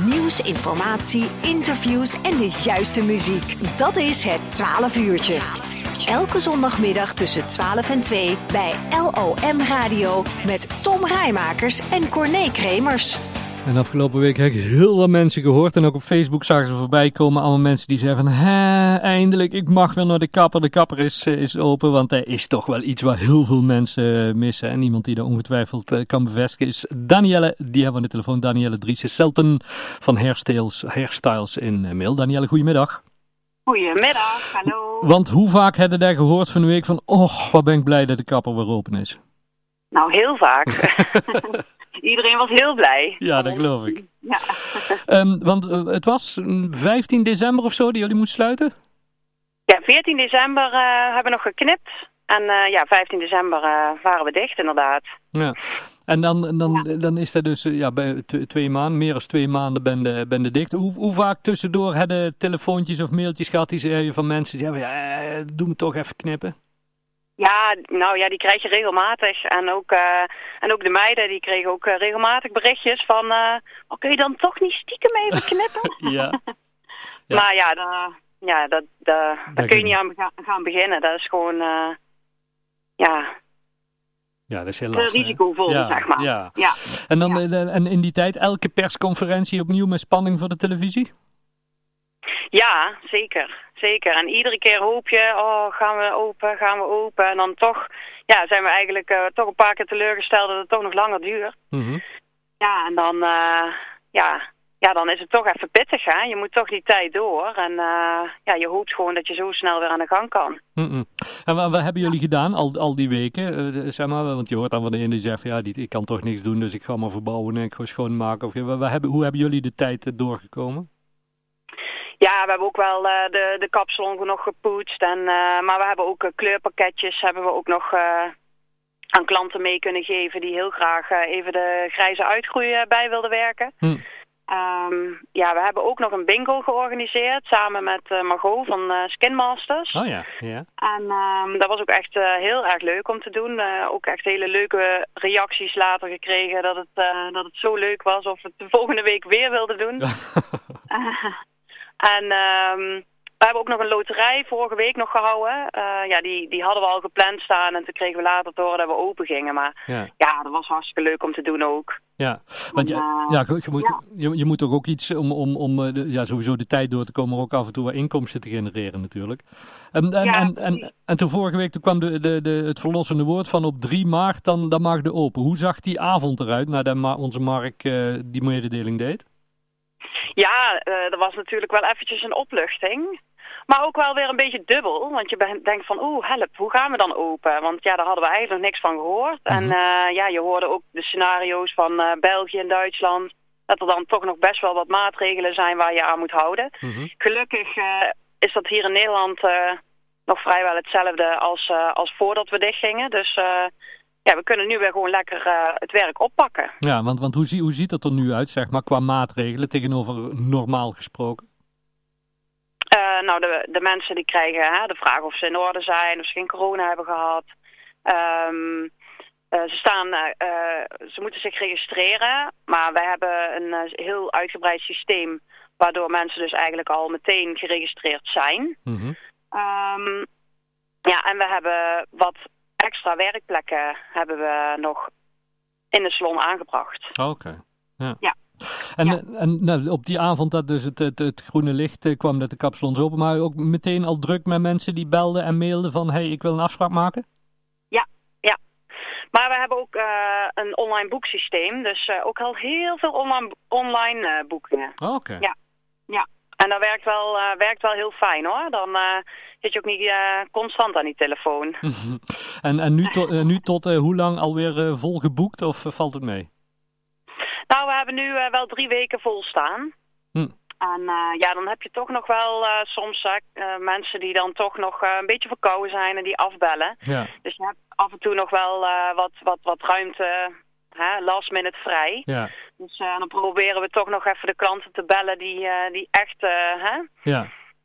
Nieuws, informatie, interviews en de juiste muziek. Dat is het 12 uurtje. Elke zondagmiddag tussen 12 en 2 bij LOM Radio met Tom Rijmakers en Corné Kremers. En afgelopen week heb ik heel wat mensen gehoord en ook op Facebook zagen ze voorbij komen. Allemaal mensen die zeiden van, eindelijk, ik mag weer naar de kapper. De kapper is open, want er is toch wel iets waar heel veel mensen missen. En iemand die dat ongetwijfeld kan bevestigen is Danielle. Die hebben we aan de telefoon, Danielle Driessen-Selten van Hairstyles in Mail. Danielle, goedemiddag. Goedemiddag, hallo. Want hoe vaak hebben we daar gehoord van de week van, wat ben ik blij dat de kapper weer open is? Nou, heel vaak. Iedereen was heel blij. Ja, dat geloof ik. Ja. Want het was 15 december of zo die jullie moesten sluiten? Ja, 14 december hebben we nog geknipt. En 15 december waren we dicht, inderdaad. Ja. En dan is dat dus bij 2 maanden, meer dan 2 maanden ben je dicht. Hoe vaak tussendoor hadden telefoontjes of mailtjes gehad die zeiden van mensen die zeggen, doe me toch even knippen? Ja, nou ja, die krijg je regelmatig. En ook de meiden, die kregen ook regelmatig berichtjes van, kun je dan toch niet stiekem even knippen? Ja. Maar daar kun je niet aan gaan beginnen. Dat is gewoon, Ja, dat is heel lastig. Risicovol, zeg maar. Ja. Ja. En dan en in die tijd elke persconferentie opnieuw met spanning voor de televisie? Ja, zeker. Zeker. En iedere keer hoop je, gaan we open. En dan toch, zijn we eigenlijk toch een paar keer teleurgesteld dat het toch nog langer duurt. Mm-hmm. Ja, en dan, dan is het toch even pittig, hè. Je moet toch die tijd door. En je hoopt gewoon dat je zo snel weer aan de gang kan. Mm-mm. En wat hebben jullie gedaan al die weken? Zeg maar, want je hoort dan van de ene die zegt, ik kan toch niks doen, dus ik ga maar verbouwen en ik ga schoonmaken. Hoe hebben jullie de tijd doorgekomen? Ja, we hebben ook wel de kapsalon nog gepoetst. Maar we hebben ook kleurpakketjes hebben we ook nog aan klanten mee kunnen geven die heel graag even de grijze uitgroei bij wilden werken. We hebben ook nog een bingo georganiseerd samen met Margot van Skin Masters. Oh ja, ja. En dat was ook echt heel erg leuk om te doen. Ook echt hele leuke reacties later gekregen dat het zo leuk was of we het de volgende week weer wilden doen. En we hebben ook nog een loterij vorige week nog gehouden. Die hadden we al gepland staan en toen kregen we later te horen dat we open gingen. Maar dat was hartstikke leuk om te doen ook. Ja, want je moet toch ook iets om sowieso de tijd door te komen, maar ook af en toe wat inkomsten te genereren natuurlijk. En toen vorige week toen kwam het verlossende woord van op 3 maart, dan mag de open. Hoe zag die avond eruit nadat onze Mark die mededeling deed? Ja, er was natuurlijk wel eventjes een opluchting. Maar ook wel weer een beetje dubbel. Want je denkt van, help, hoe gaan we dan open? Want daar hadden we eigenlijk nog niks van gehoord. Mm-hmm. En je hoorde ook de scenario's van België en Duitsland. Dat er dan toch nog best wel wat maatregelen zijn waar je aan moet houden. Mm-hmm. Gelukkig is dat hier in Nederland nog vrijwel hetzelfde als voordat we dichtgingen. Dus we kunnen nu weer gewoon lekker het werk oppakken. Ja, want hoe ziet het er nu uit, zeg maar, qua maatregelen tegenover normaal gesproken? De mensen die krijgen de vraag of ze in orde zijn, of ze geen corona hebben gehad. Ze moeten zich registreren, maar wij hebben een heel uitgebreid systeem waardoor mensen dus eigenlijk al meteen geregistreerd zijn. Mm-hmm. En we hebben wat extra werkplekken hebben we nog in de salon aangebracht. Oké. Ja. Ja. En op die avond dat dus het groene licht kwam dat de kapsalons open, maar ook meteen al druk met mensen die belden en mailden van, ik wil een afspraak maken? Ja. Maar we hebben ook een online boeksysteem, dus ook al heel veel online boekingen. Oké. Ja. En dat werkt wel heel fijn hoor. Dan zit je ook niet constant aan die telefoon. En nu tot hoe lang alweer vol geboekt of valt het mee? Nou, we hebben nu wel 3 weken vol staan. En dan heb je toch nog wel soms mensen die dan toch nog een beetje verkouden zijn en die afbellen. Ja. Dus je hebt af en toe nog wel wat ruimte, last minute vrij. Ja. Dus dan proberen we toch nog even de klanten te bellen die echt... Ja.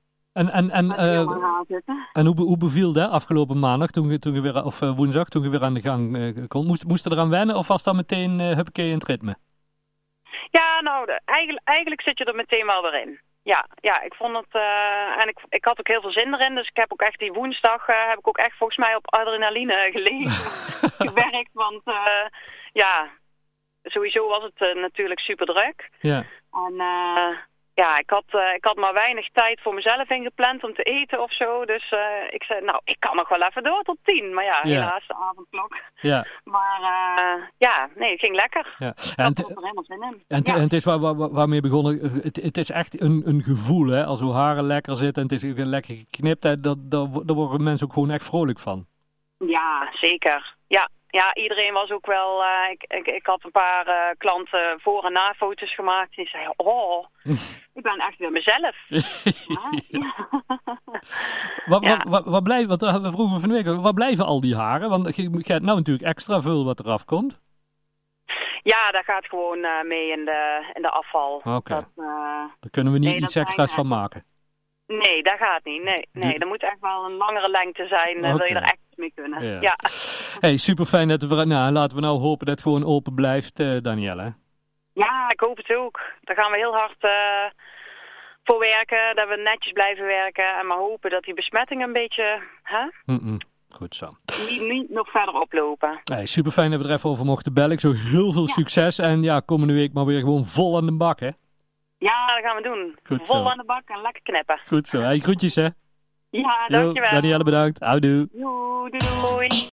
En hoe beviel dat afgelopen maandag, woensdag, toen je weer aan de gang kon? Moest je eraan wennen of was dat meteen huppakee in het ritme? Ja, nou, eigenlijk zit je er meteen wel weer in. Ja, ik vond het... en ik had ook heel veel zin erin. Dus ik heb ook echt die woensdag... heb ik ook echt volgens mij op adrenaline gewerkt. Want sowieso was het natuurlijk super druk. Ja. En ik had maar weinig tijd voor mezelf ingepland om te eten of zo. Dus ik zei, nou, ik kan nog wel even door tot 10. Maar ja, helaas de avondklok. Ja. Maar nee, het ging lekker. Ja. En ik had er helemaal zin in. En het is waarmee begonnen. Het is echt een gevoel, hè. Als uw haren lekker zitten en het is lekker geknipt, hè, daar worden mensen ook gewoon echt vrolijk van. Ja, zeker. Ja, iedereen was ook wel... Ik had een paar klanten voor- en na-foto's gemaakt. Die zeiden, ik ben echt weer mezelf. Wat blijft, want we vroegen van de week, wat blijven al die haren? Want je hebt nou natuurlijk extra veel wat eraf komt. Ja, dat gaat gewoon mee in de afval. Oké. Daar kunnen we niet iets extra's van maken. Nee, dat gaat niet. Nee, er moet echt wel een langere lengte zijn. Wil je er echt mee kunnen. Ja. Hey, super fijn dat laten we nou hopen dat het gewoon open blijft, Danielle. Ja, ik hoop het ook. Daar gaan we heel hard voor werken. Dat we netjes blijven werken. En maar hopen dat die besmettingen een beetje... Goed zo. Niet nog verder oplopen. Hey, super fijn dat we er even over mochten bellen. Ik zou heel veel succes. En komende week maar weer gewoon vol aan de bak, hè? Ja, dat gaan we doen. Goed vol zo. aan de bak en lekker knippen. Goed zo. Hey, groetjes, hè? Ja, dankjewel. Danielle, bedankt. Houdoe. Doei.